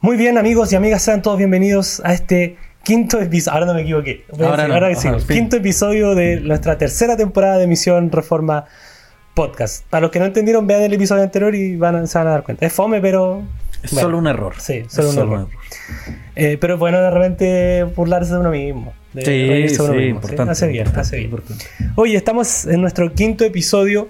Muy bien, amigos y amigas, sean todos bienvenidos a este quinto episodio. Ahora no me equivoqué. Quinto episodio de nuestra tercera temporada de Misión Reforma Podcast. Para los que no entendieron, vean el episodio anterior y se van a dar cuenta. Es fome, pero... Es solo un error. Sí, solo un error. Pero es bueno de repente burlarse de uno mismo. Sí, importante. Hace bien. Oye, estamos en nuestro quinto episodio.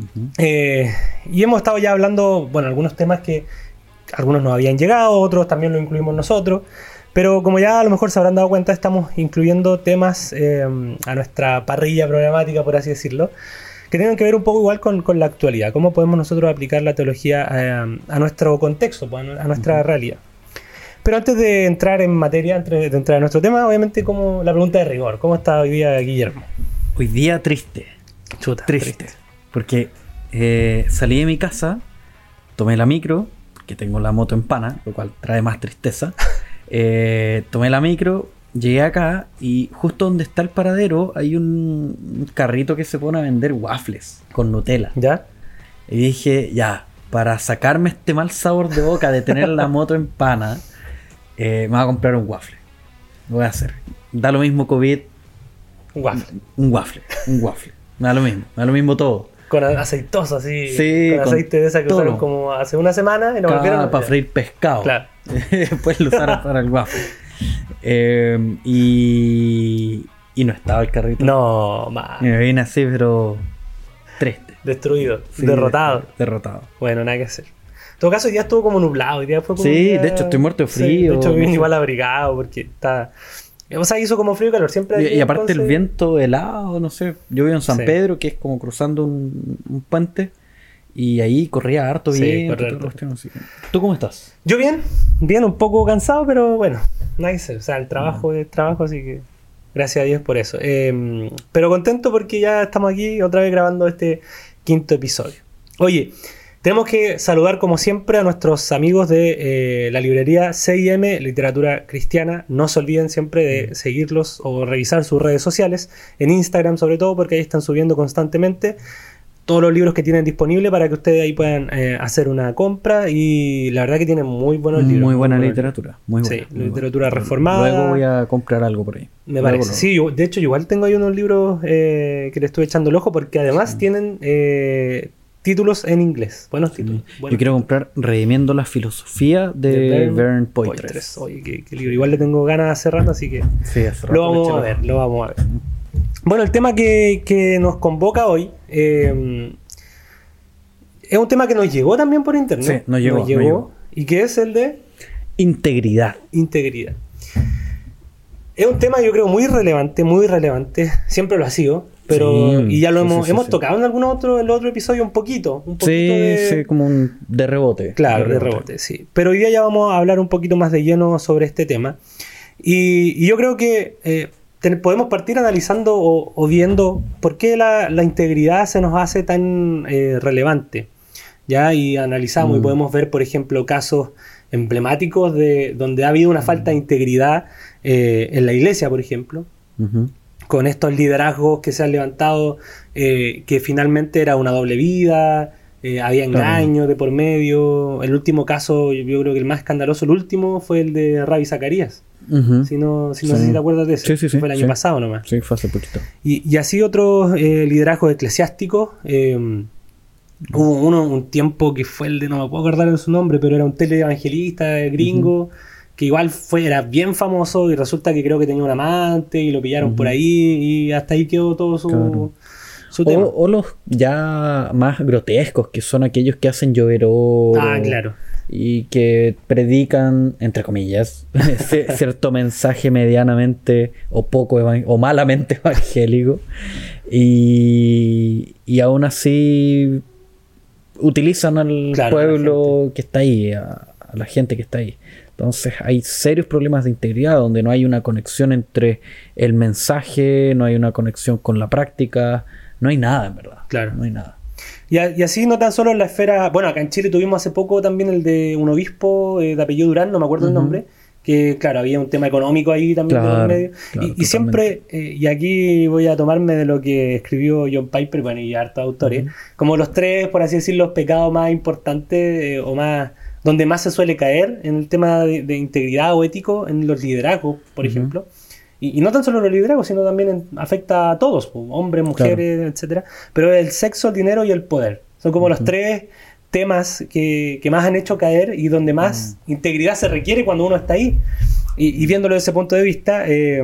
Y hemos estado ya hablando, bueno, algunos temas que algunos nos habían llegado, otros también lo incluimos nosotros, pero como ya a lo mejor se habrán dado cuenta, estamos incluyendo temas a nuestra parrilla programática, por así decirlo, que tengan que ver un poco igual con la actualidad, cómo podemos nosotros aplicar la teología a nuestro contexto, a nuestra realidad. Pero antes de entrar en materia, antes de entrar en nuestro tema, obviamente como la pregunta de rigor, ¿cómo está hoy día Guillermo? Hoy día triste. Triste. Porque salí de mi casa, tomé la micro, que tengo la moto en pana, lo cual trae más tristeza. Tomé la micro, llegué acá y justo donde está el paradero hay un carrito que se pone a vender waffles con Nutella. ¿Ya? Y dije, ya, para sacarme este mal sabor de boca de tener la moto en pana, me voy a comprar un waffle. Lo voy a hacer. Da lo mismo COVID. Un waffle. Me da lo mismo todo. Con aceitoso, así. Sí, con aceite de esa que usaron como hace una semana y nos volvieron para freír pescado. Claro. Después lo usaron para el waffle. Y no estaba el carrito. No, man. Me vine así, pero triste. Destruido. Sí, derrotado. Bueno, nada que hacer. En todo caso, hoy día estuvo como nublado. Hoy día fue como sí, de hecho estoy muerto de frío. Sí, de hecho vine igual abrigado porque está... O sea, hizo como frío y calor siempre. Y aparte entonces... el viento helado, no sé. Yo vivo en San Pedro, que es como cruzando un puente. Y ahí corría harto bien. ¿Tú cómo estás? Yo bien, un poco cansado, pero bueno, nice. O sea, el trabajo es trabajo, así que gracias a Dios por eso. Pero contento porque ya estamos aquí otra vez grabando este quinto episodio. Oye, tenemos que saludar como siempre a nuestros amigos de la librería C&M Literatura Cristiana. No se olviden siempre de seguirlos o revisar sus redes sociales, en Instagram sobre todo, porque ahí están subiendo constantemente todos los libros que tienen disponibles para que ustedes ahí puedan hacer una compra. Y la verdad que tienen muy buenos libros. Muy buena literatura. Muy buena. Sí, literatura reformada. Luego voy a comprar algo por ahí. Me parece. Sí, de hecho igual tengo ahí unos libros que le estoy echando el ojo porque además tienen... títulos en inglés, buenos títulos. Yo quiero comprar Redimiendo la Filosofía de Vern Poitres. Oye, qué libro. Igual le tengo ganas de cerrando, así que sí, lo vamos a ver. Bueno, el tema que nos convoca hoy es un tema que nos llegó también por internet. Sí, nos llegó. ¿Y qué es el de? Integridad. Es un tema yo creo muy relevante. Siempre lo ha sido. Pero, y ya lo hemos tocado en el otro episodio un poquito sí, como de rebote. Claro, de rebote, sí. Pero hoy día ya vamos a hablar un poquito más de lleno sobre este tema. Y yo creo que podemos partir analizando o viendo por qué la integridad se nos hace tan relevante. ¿Ya? Y analizamos y podemos ver, por ejemplo, casos emblemáticos de donde ha habido una falta de integridad en la iglesia, por ejemplo. Con estos liderazgos que se han levantado, que finalmente era una doble vida, había engaños de por medio. El último caso, yo creo que el más escandaloso, el último, fue el de Rabbi Zacarías. No sé si te acuerdas de eso. Sí. Fue el año pasado nomás. Sí, fue hace poquito. Y así otros liderazgos eclesiásticos. Hubo un tiempo que fue el de, no me puedo acordar de su nombre, pero era un teleevangelista gringo. Que igual era bien famoso y resulta que creo que tenía un amante y lo pillaron por ahí y hasta ahí quedó todo su tema. O los ya más grotescos, que son aquellos que hacen llover oro. Claro. Y que predican, entre comillas, cierto mensaje medianamente o poco o malamente evangélico. Y aún así utilizan al pueblo que está ahí, a la gente que está ahí. Entonces hay serios problemas de integridad donde no hay una conexión entre el mensaje, no hay una conexión con la práctica, no hay nada en verdad. Claro. No hay nada. Y así no tan solo en la esfera... Bueno, acá en Chile tuvimos hace poco también el de un obispo de apellido Durán, no me acuerdo el nombre, que claro, había un tema económico ahí también de medio. Y siempre, y aquí voy a tomarme de lo que escribió John Piper, bueno, y hartos autores, como los tres, por así decirlo, los pecados más importantes o más donde más se suele caer en el tema de integridad o ético, en los liderazgos, por ejemplo. Y no tan solo los liderazgos, sino también afecta a todos, hombres, mujeres, etcétera. Pero el sexo, el dinero y el poder. Son como los tres temas que más han hecho caer y donde más integridad se requiere cuando uno está ahí. Y viéndolo desde ese punto de vista,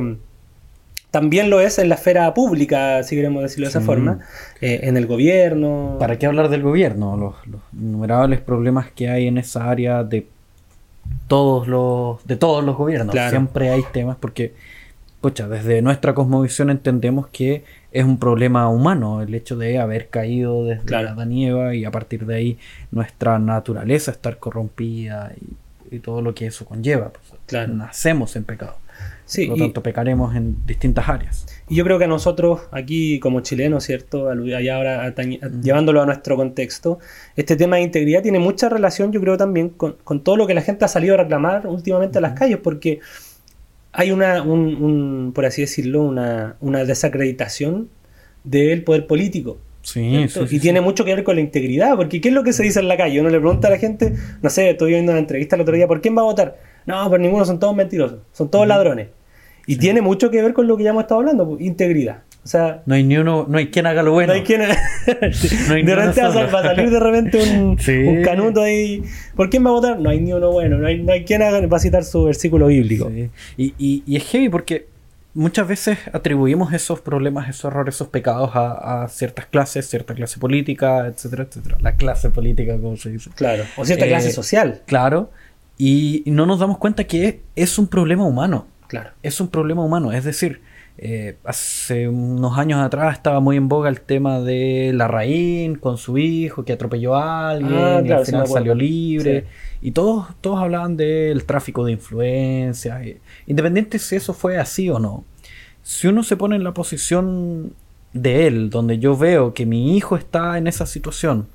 también lo es en la esfera pública, si queremos decirlo de esa forma, en el gobierno. ¿Para qué hablar del gobierno? Los innumerables problemas que hay en esa área de todos los gobiernos. Claro. Siempre hay temas porque, pucha, desde nuestra cosmovisión entendemos que es un problema humano el hecho de haber caído desde Adán y Eva, y a partir de ahí nuestra naturaleza estar corrompida y todo lo que eso conlleva. Pues, nacemos en pecado. Sí, por lo tanto, pecaremos en distintas áreas. Y yo creo que a nosotros, aquí como chilenos, ¿cierto? Allá ahora llevándolo a nuestro contexto, este tema de integridad tiene mucha relación, yo creo, también con todo lo que la gente ha salido a reclamar últimamente a las calles, porque hay por así decirlo, una desacreditación del poder político. Sí, y tiene mucho que ver con la integridad, porque ¿qué es lo que se dice en la calle? Uno le pregunta a la gente, no sé, estoy viendo una entrevista el otro día, ¿por quién va a votar? No, por ninguno, son todos mentirosos, son todos ladrones. Y tiene mucho que ver con lo que ya hemos estado hablando, pues, integridad. O sea, no hay quien haga lo bueno. No hay quien de repente va a salir de repente un canuto ahí. ¿Por quién va a votar? No hay ni uno bueno, no hay quien va a citar su versículo bíblico. Sí. Y es heavy porque muchas veces atribuimos esos problemas, esos errores, esos pecados a ciertas clases, cierta clase política, etcétera, etcétera. La clase política, como se dice. Claro, o cierta clase social. Claro, y no nos damos cuenta que es un problema humano. Claro. Es un problema humano, es decir, hace unos años atrás estaba muy en boga el tema de Larraín con su hijo que atropelló a alguien y al final salió libre. Sí. Y todos hablaban del tráfico de influencias. Independiente si eso fue así o no. Si uno se pone en la posición de él, donde yo veo que mi hijo está en esa situación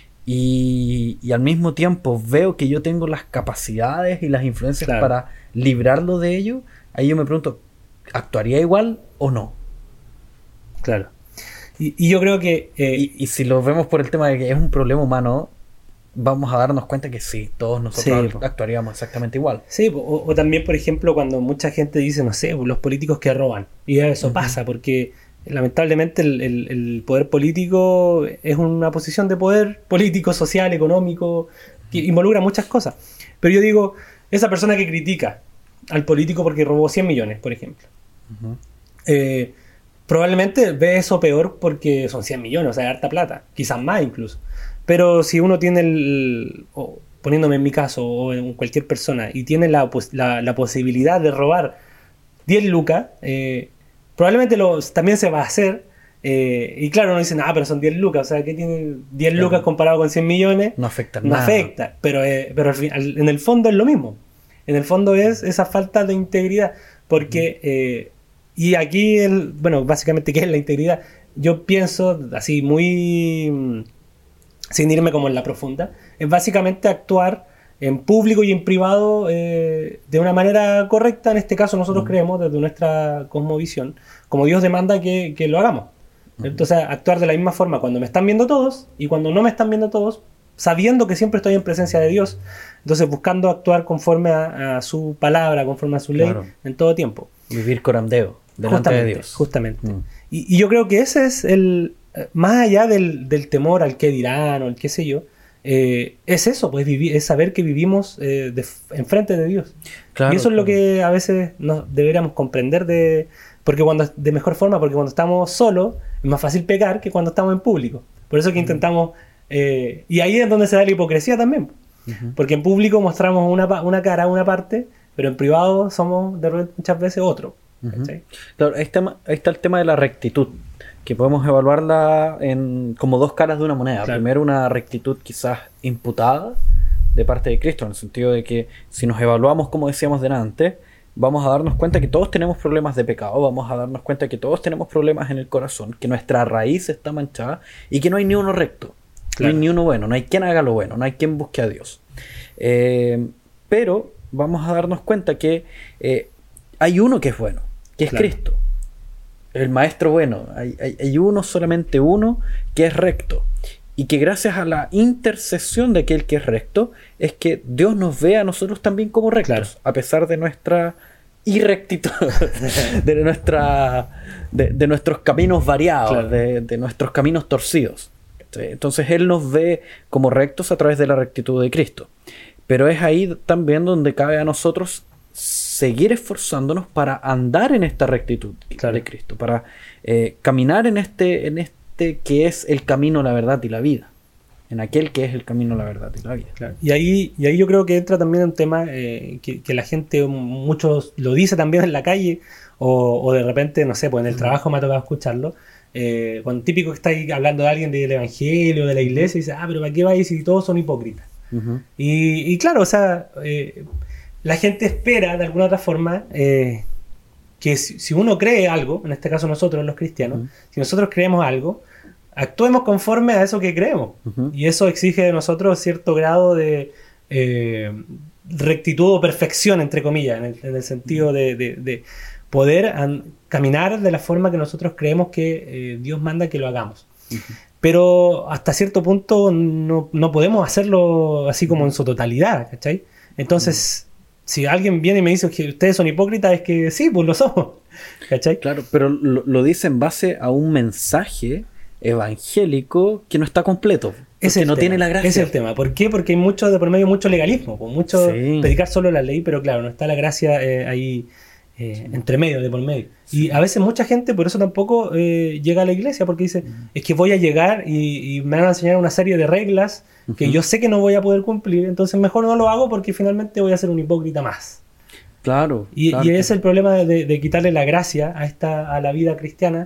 y al mismo tiempo veo que yo tengo las capacidades y las influencias para librarlo de ello, ahí yo me pregunto, ¿actuaría igual o no? Claro. Y yo creo que... y si lo vemos por el tema de que es un problema humano, vamos a darnos cuenta que sí, todos nosotros actuaríamos exactamente igual. Sí, o también, por ejemplo, cuando mucha gente dice, no sé, los políticos que roban. Y eso pasa, porque lamentablemente el poder político es una posición de poder político, social, económico, que involucra muchas cosas. Pero yo digo, esa persona que critica al político porque robó 100 millones, por ejemplo, probablemente ve eso peor porque son 100 millones, o sea, harta plata, quizás más incluso. Pero si uno tiene poniéndome en mi caso o en cualquier persona, y tiene la posibilidad de robar 10 lucas, probablemente también se va a hacer. Y claro, uno dice, pero son 10 lucas, o sea, ¿qué tiene 10 lucas comparado con 100 millones? No afecta nada. No afecta, pero al final, en el fondo es lo mismo. En el fondo es esa falta de integridad, porque, y aquí, básicamente, ¿qué es la integridad? Yo pienso, así muy, sin irme como en la profunda, es básicamente actuar en público y en privado de una manera correcta. En este caso nosotros creemos, desde nuestra cosmovisión, como Dios demanda que lo hagamos. Entonces, actuar de la misma forma cuando me están viendo todos y cuando no me están viendo todos, sabiendo que siempre estoy en presencia de Dios. Entonces, buscando actuar conforme a su palabra, conforme a su ley, en todo tiempo. Vivir corandeo, delante de Dios. Justamente. Y yo creo que ese es más allá del temor al qué dirán o el qué sé yo, es eso, pues es saber que vivimos enfrente de Dios. Claro, y eso es lo que a veces deberíamos comprender porque de mejor forma, porque cuando estamos solos es más fácil pecar que cuando estamos en público. Por eso que intentamos, y ahí es donde se da la hipocresía también, porque en público mostramos una cara, una parte, pero en privado somos de repente muchas veces otro. Claro, ahí está el tema de la rectitud, que podemos evaluarla como dos caras de una moneda. Claro. Primero, una rectitud quizás imputada de parte de Cristo, en el sentido de que si nos evaluamos, como decíamos delante, vamos a darnos cuenta que todos tenemos problemas de pecado, vamos a darnos cuenta que todos tenemos problemas en el corazón, que nuestra raíz está manchada y que no hay ni uno recto, no hay ni uno bueno, no hay quien haga lo bueno, no hay quien busque a Dios. Pero vamos a darnos cuenta que hay uno que es bueno, que es Cristo, el maestro bueno. Hay uno, solamente uno, que es recto. y que gracias a la intercesión de aquel que es recto, es que Dios nos ve a nosotros también como rectos, a pesar de nuestra irrectitud, de nuestros caminos variados, de nuestros caminos torcidos. Entonces Él nos ve como rectos a través de la rectitud de Cristo. Pero es ahí también donde cabe a nosotros seguir esforzándonos para andar en esta rectitud de Cristo, para caminar en este que es el camino, la verdad y la vida. En aquel que es el camino, la verdad y la vida. Claro. Y ahí yo creo que entra también un tema que la gente, muchos lo dice también en la calle, o de repente, no sé, pues en el trabajo me ha tocado escucharlo. Cuando típico que estáis hablando de alguien del evangelio, de la iglesia, y dice, pero ¿para qué vais si todos son hipócritas? Y claro, o sea, la gente espera de alguna otra forma que si uno cree algo, en este caso nosotros los cristianos, si nosotros creemos algo, actuemos conforme a eso que creemos. Y eso exige de nosotros cierto grado de rectitud o perfección, entre comillas, en el sentido de poder caminar de la forma que nosotros creemos que Dios manda que lo hagamos. Pero hasta cierto punto no podemos hacerlo así como en su totalidad, ¿cachai? Entonces, si alguien viene y me dice que ustedes son hipócritas, es que sí, pues lo somos, ¿cachai? Claro, pero lo dice en base a un mensaje evangélico que no está completo, que no tiene la gracia. Ese es el tema. ¿Por qué? Porque hay mucho de por medio, mucho legalismo, mucho predicar solo la ley, pero claro, no está la gracia ahí entre medio, de por medio. Y a veces mucha gente por eso tampoco llega a la iglesia, porque dice, es que voy a llegar y me van a enseñar una serie de reglas que yo sé que no voy a poder cumplir, entonces mejor no lo hago porque finalmente voy a ser un hipócrita más. Claro. Y ese es el problema de quitarle la gracia a la vida cristiana,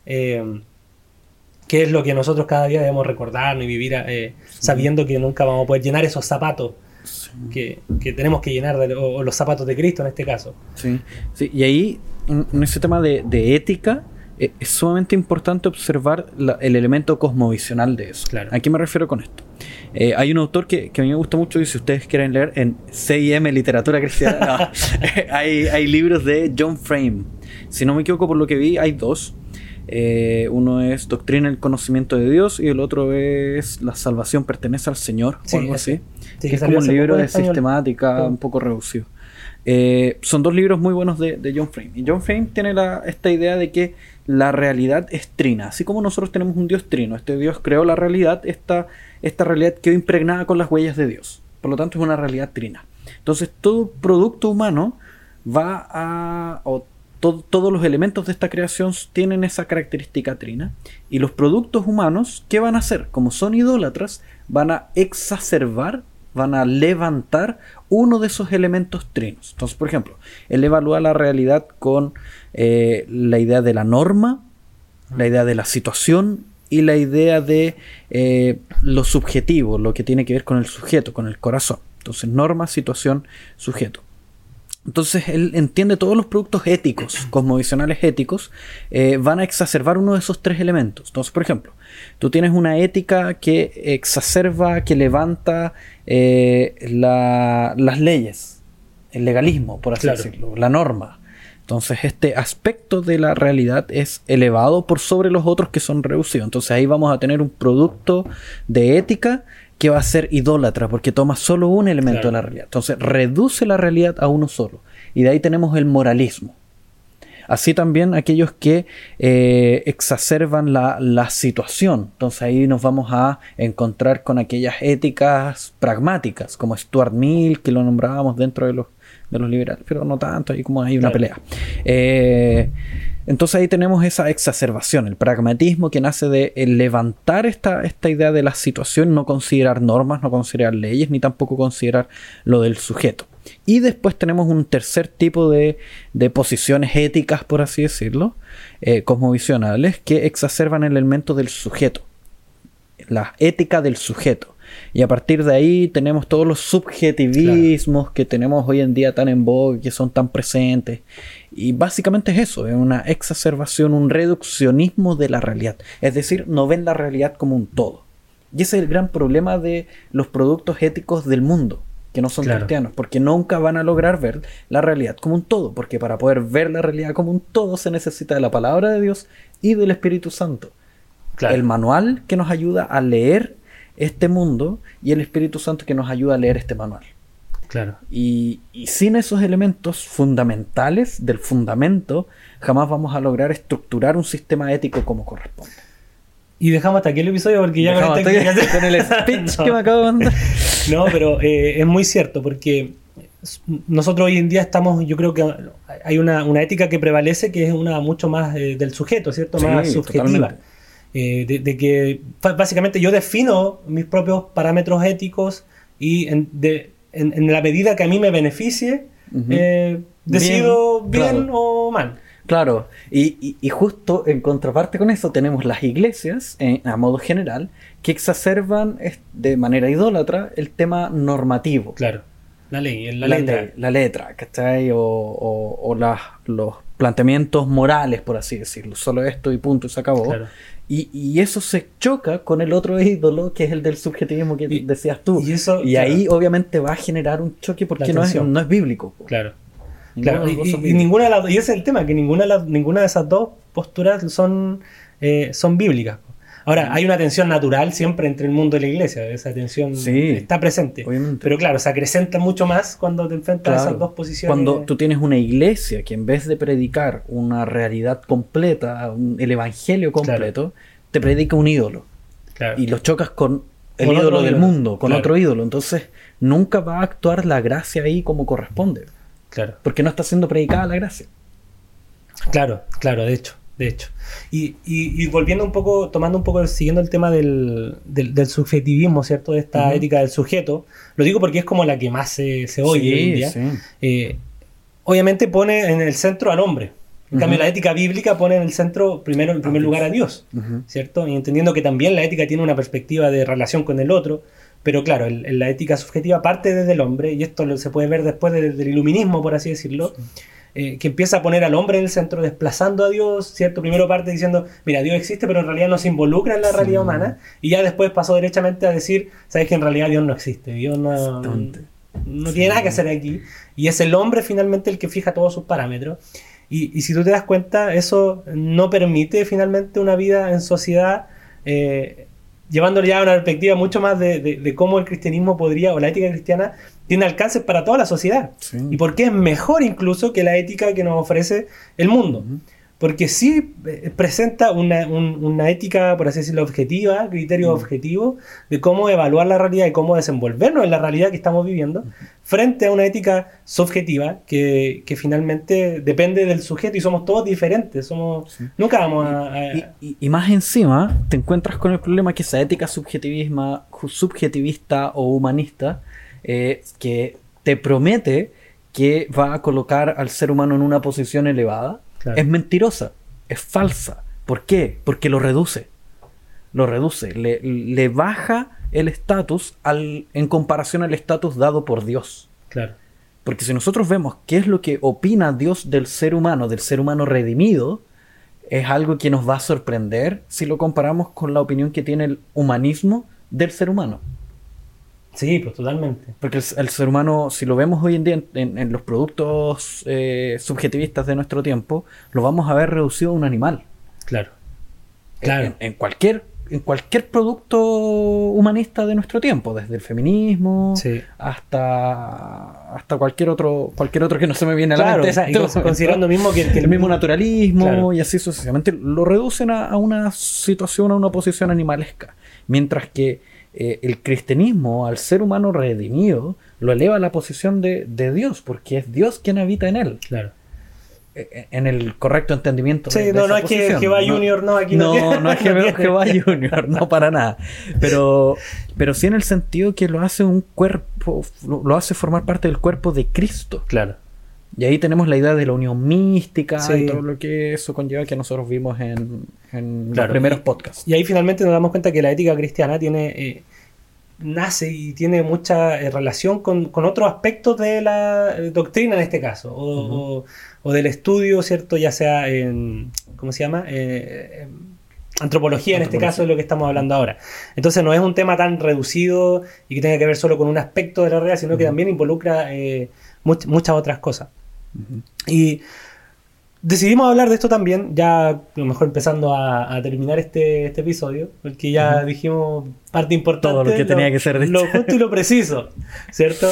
que es lo que nosotros cada día debemos recordarnos y vivir sabiendo que nunca vamos a poder llenar esos zapatos que tenemos que llenar, o los zapatos de Cristo en este caso. Sí, y ahí en ese tema de ética es sumamente importante observar el elemento cosmovisional de eso. Claro. ¿A qué me refiero con esto? Hay un autor que a mí me gusta mucho, y si ustedes quieren leer en C&M Literatura Cristiana, hay libros de John Frame. Si no me equivoco, por lo que vi, hay dos. Uno es Doctrina del Conocimiento de Dios y el otro es La Salvación Pertenece al Señor, o algo así. Sí, que es como un libro de sistemática un poco reducido. Son dos libros muy buenos de John Frame. Y John Frame tiene esta idea de que la realidad es trina. Así como nosotros tenemos un Dios trino, este Dios creó la realidad, esta realidad quedó impregnada con las huellas de Dios. Por lo tanto es una realidad trina. Entonces todo producto humano todos los elementos de esta creación tienen esa característica trina, y los productos humanos, ¿qué van a hacer? Como son idólatras, van a exacerbar, van a levantar uno de esos elementos trinos. Entonces, por ejemplo, él evalúa la realidad con la idea de la norma, la idea de la situación y la idea de lo subjetivo, lo que tiene que ver con el sujeto, con el corazón. Entonces, norma, situación, sujeto. Entonces él entiende todos los productos éticos, cosmovisionales éticos, van a exacerbar uno de esos tres elementos. Entonces, por ejemplo, tú tienes una ética que exacerba, que levanta las leyes, el legalismo, por así decirlo, la norma. Entonces este aspecto de la realidad es elevado por sobre los otros que son reducidos. Entonces ahí vamos a tener un producto de ética que va a ser idólatra, porque toma solo un elemento de la realidad. Entonces reduce la realidad a uno solo. Y de ahí tenemos el moralismo. Así también aquellos que exacerban la situación. Entonces ahí nos vamos a encontrar con aquellas éticas pragmáticas, como Stuart Mill, que lo nombrábamos dentro de los liberales, pero no tanto, ahí como hay una pelea. Entonces ahí tenemos esa exacerbación, el pragmatismo que nace de levantar esta idea de la situación, no considerar normas, no considerar leyes, ni tampoco considerar lo del sujeto. Y después tenemos un tercer tipo de posiciones éticas, por así decirlo, cosmovisionales, que exacerban el elemento del sujeto, la ética del sujeto. Y a partir de ahí tenemos todos los subjetivismos que tenemos hoy en día tan en voga, que son tan presentes. Y básicamente es eso, es una exacerbación, un reduccionismo de la realidad. Es decir, no ven la realidad como un todo. Y ese es el gran problema de los productos éticos del mundo, que no son cristianos, porque nunca van a lograr ver la realidad como un todo, porque para poder ver la realidad como un todo se necesita de la palabra de Dios y del Espíritu Santo. El manual que nos ayuda a leer este mundo y el Espíritu Santo que nos ayuda a leer este manual. Claro. Y sin esos elementos fundamentales del fundamento, jamás vamos a lograr estructurar un sistema ético como corresponde. Y dejamos hasta aquí el episodio porque ya con el speech que me acabo de mandar. No, pero es muy cierto porque nosotros hoy en día estamos, yo creo que hay una ética que prevalece que es una mucho más del sujeto, ¿cierto? Sí, más subjetiva. De que básicamente yo defino mis propios parámetros éticos y en la medida que a mí me beneficie, decido bien claro. o mal. Claro, y justo en contraparte con eso tenemos las iglesias, a modo general, que exacerban de manera idólatra el tema normativo. Claro, la ley, la letra, ¿cachai? O los planteamientos morales, por así decirlo. Solo esto y punto y se acabó. Claro. Y eso se choca con el otro ídolo, que es el del subjetivismo que decías tú. Y ahí obviamente va a generar un choque porque no es bíblico. Claro. Claro, y ninguna de las, y ese es el tema, que ninguna de esas dos posturas son bíblicas. Ahora, hay una tensión natural siempre entre el mundo y la iglesia, esa tensión está presente. Obviamente. Pero claro, se acrecenta mucho más cuando te enfrentas a esas dos posiciones. Cuando tú tienes una iglesia que en vez de predicar una realidad completa, el evangelio completo, te predica un ídolo. Claro. Y lo chocas con el ídolo del mundo, con otro ídolo. Entonces, nunca va a actuar la gracia ahí como corresponde. Claro. Porque no está siendo predicada la gracia. Claro, de hecho. Y volviendo un poco, siguiendo el tema del subjetivismo, ¿cierto? De esta ética del sujeto, lo digo porque es como la que más se oye hoy en día. Obviamente pone en el centro al hombre. En cambio, la ética bíblica pone en el centro, en primer lugar, a Dios, ¿cierto? Y entendiendo que también la ética tiene una perspectiva de relación con el otro. Pero claro, la ética subjetiva parte desde el hombre, y esto se puede ver después del iluminismo, por así decirlo, que empieza a poner al hombre en el centro, desplazando a Dios, ¿cierto? Primero parte diciendo, mira, Dios existe, pero en realidad no se involucra en la realidad humana, y ya después pasó derechamente a decir, sabes que en realidad Dios no existe, Dios no tiene nada que hacer aquí, y es el hombre finalmente el que fija todos sus parámetros, y si tú te das cuenta, eso no permite finalmente una vida en sociedad, llevándolo ya a una perspectiva mucho más de cómo el cristianismo podría, o la ética cristiana, tiene alcances para toda la sociedad. Sí. Y por qué es mejor incluso que la ética que nos ofrece el mundo. Porque sí presenta una ética, por así decirlo, objetiva, criterios objetivos de cómo evaluar la realidad y cómo desenvolvernos en la realidad que estamos viviendo, frente a una ética subjetiva que finalmente depende del sujeto y somos todos diferentes. Nunca vamos y más encima te encuentras con el problema que esa ética subjetivista o humanista que te promete que va a colocar al ser humano en una posición elevada. Claro. Es mentirosa, es falsa. ¿Por qué? Porque lo reduce. Le baja el estatus en comparación al estatus dado por Dios. Claro. Porque si nosotros vemos qué es lo que opina Dios del ser humano redimido, es algo que nos va a sorprender si lo comparamos con la opinión que tiene el humanismo del ser humano. Sí, pues totalmente. Porque el ser humano, si lo vemos hoy en día en los productos subjetivistas de nuestro tiempo, lo vamos a ver reducido a un animal. Claro. En cualquier producto humanista de nuestro tiempo, desde el feminismo hasta cualquier otro que no se me viene a la mente. Considerando mismo que el mismo naturalismo y así sucesivamente, lo reducen a una situación, a una posición animalesca. Mientras que el cristianismo al ser humano redimido lo eleva a la posición de Dios, porque es Dios quien habita en él. Claro. En el correcto entendimiento de esa no es que Jehová Junior, no, aquí no es Jehová Junior, no para nada. Pero sí en el sentido que lo hace un cuerpo, lo hace formar parte del cuerpo de Cristo. Claro. Y ahí tenemos la idea de la unión mística y todo lo que eso conlleva, que nosotros vimos en los primeros podcasts. Y ahí finalmente nos damos cuenta que la ética cristiana nace y tiene mucha relación con otros aspectos de la doctrina en este caso, o del estudio, ¿cierto? Ya sea en, ¿cómo se llama? Antropología en este caso es lo que estamos hablando ahora. Entonces no es un tema tan reducido y que tenga que ver solo con un aspecto de la realidad, sino que también involucra muchas otras cosas. Y decidimos hablar de esto también, ya a lo mejor empezando a terminar este episodio, porque ya dijimos parte importante. Todo lo que tenía que ser lo justo y lo preciso, ¿cierto?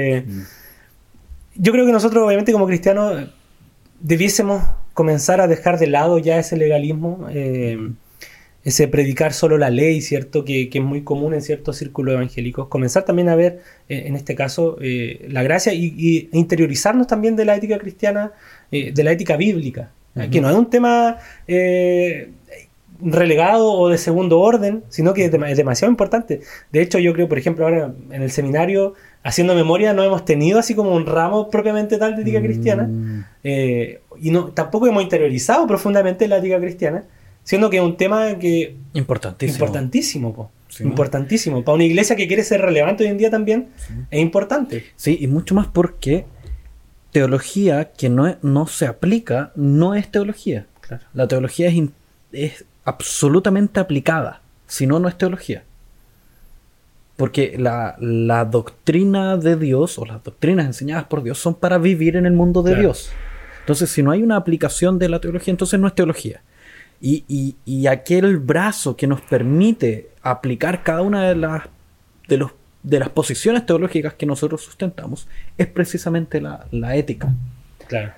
Yo creo que nosotros, obviamente, como cristianos, debiésemos comenzar a dejar de lado ya ese legalismo, ese predicar solo la ley, ¿cierto? Que es muy común en ciertos círculos evangélicos. Comenzar también a ver, en este caso, la gracia y interiorizarnos también de la ética cristiana, de la ética bíblica, que no es un tema relegado o de segundo orden, sino que es demasiado importante. De hecho, yo creo, por ejemplo, ahora en el seminario, haciendo memoria, no hemos tenido así como un ramo propiamente tal de ética cristiana, y tampoco hemos interiorizado profundamente la ética cristiana, siendo que es un tema que importantísimo, po. Sí, importantísimo. Para una iglesia que quiere ser relevante hoy en día también, es importante. Sí, y mucho más porque teología que no se aplica no es teología. Claro. La teología es absolutamente aplicada, si no, no es teología. Porque la doctrina de Dios, o las doctrinas enseñadas por Dios, son para vivir en el mundo de Dios. Entonces, si no hay una aplicación de la teología, entonces no es teología. Y aquel brazo que nos permite aplicar cada una de las posiciones teológicas que nosotros sustentamos es precisamente la ética. Claro.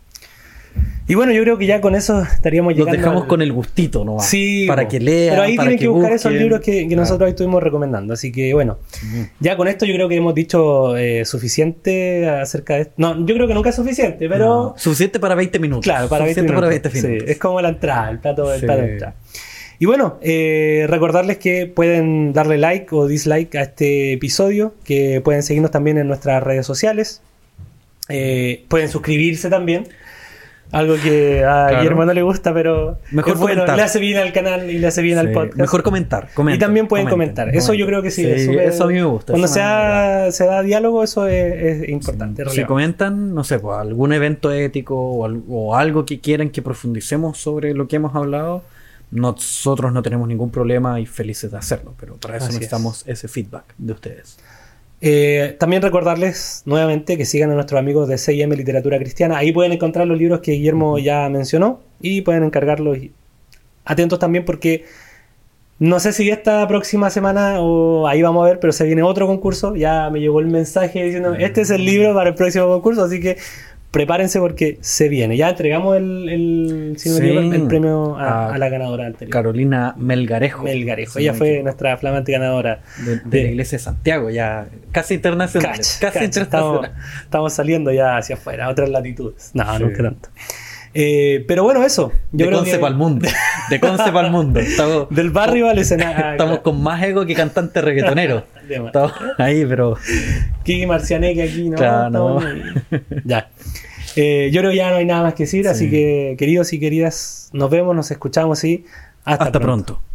Y bueno, yo creo que ya con eso estaríamos llegando. Nos dejamos con el gustito, ¿no? Sí, para que lean, pero ahí para tienen que buscar esos busquen. libros que nosotros ahí estuvimos recomendando. Así que bueno, ya con esto yo creo que hemos dicho suficiente acerca de esto. No, yo creo que nunca es suficiente, pero... No, suficiente para 20 minutos. Claro, para 20 minutos. Para 20 minutos. Sí, es como la entrada, el plato de entrada. Y bueno, recordarles que pueden darle like o dislike a este episodio, que pueden seguirnos también en nuestras redes sociales, pueden suscribirse también. Algo que a Guillermo no le gusta, pero mejor es bueno, le hace bien al canal y le hace bien al podcast. Mejor comentar. Y también pueden comentar. Eso yo creo que sí. Eso a mí me gusta. Cuando se da diálogo, eso es importante. Si comentan, no sé, pues, algún evento ético o algo que quieran que profundicemos sobre lo que hemos hablado, nosotros no tenemos ningún problema y felices de hacerlo. Pero para eso necesitamos ese feedback de ustedes. También recordarles nuevamente que sigan a nuestros amigos de C&M Literatura Cristiana. Ahí pueden encontrar los libros que Guillermo ya mencionó y pueden encargarlos. Atentos también porque no sé si esta próxima semana o ahí vamos a ver, pero se viene otro concurso. Ya me llegó el mensaje diciendo este es el libro para el próximo concurso, así que prepárense porque se viene. Ya entregamos el premio a la ganadora anterior. Carolina Melgarejo. Ella fue nuestra flamante ganadora de la iglesia de Santiago, ya casi internacional. Estamos saliendo ya hacia afuera, a otras latitudes. No, nunca tanto. Pero bueno, eso. De Conce para el mundo. De Conce para el mundo. Estamos, del barrio al escenario. Estamos con más ego que cantante reggaetonero. Estamos ahí, pero... Kiki Marcianeque aquí, ¿no? Claro, no. Ya. Yo creo que ya no hay nada más que decir, así que queridos y queridas, nos vemos, nos escuchamos y hasta pronto.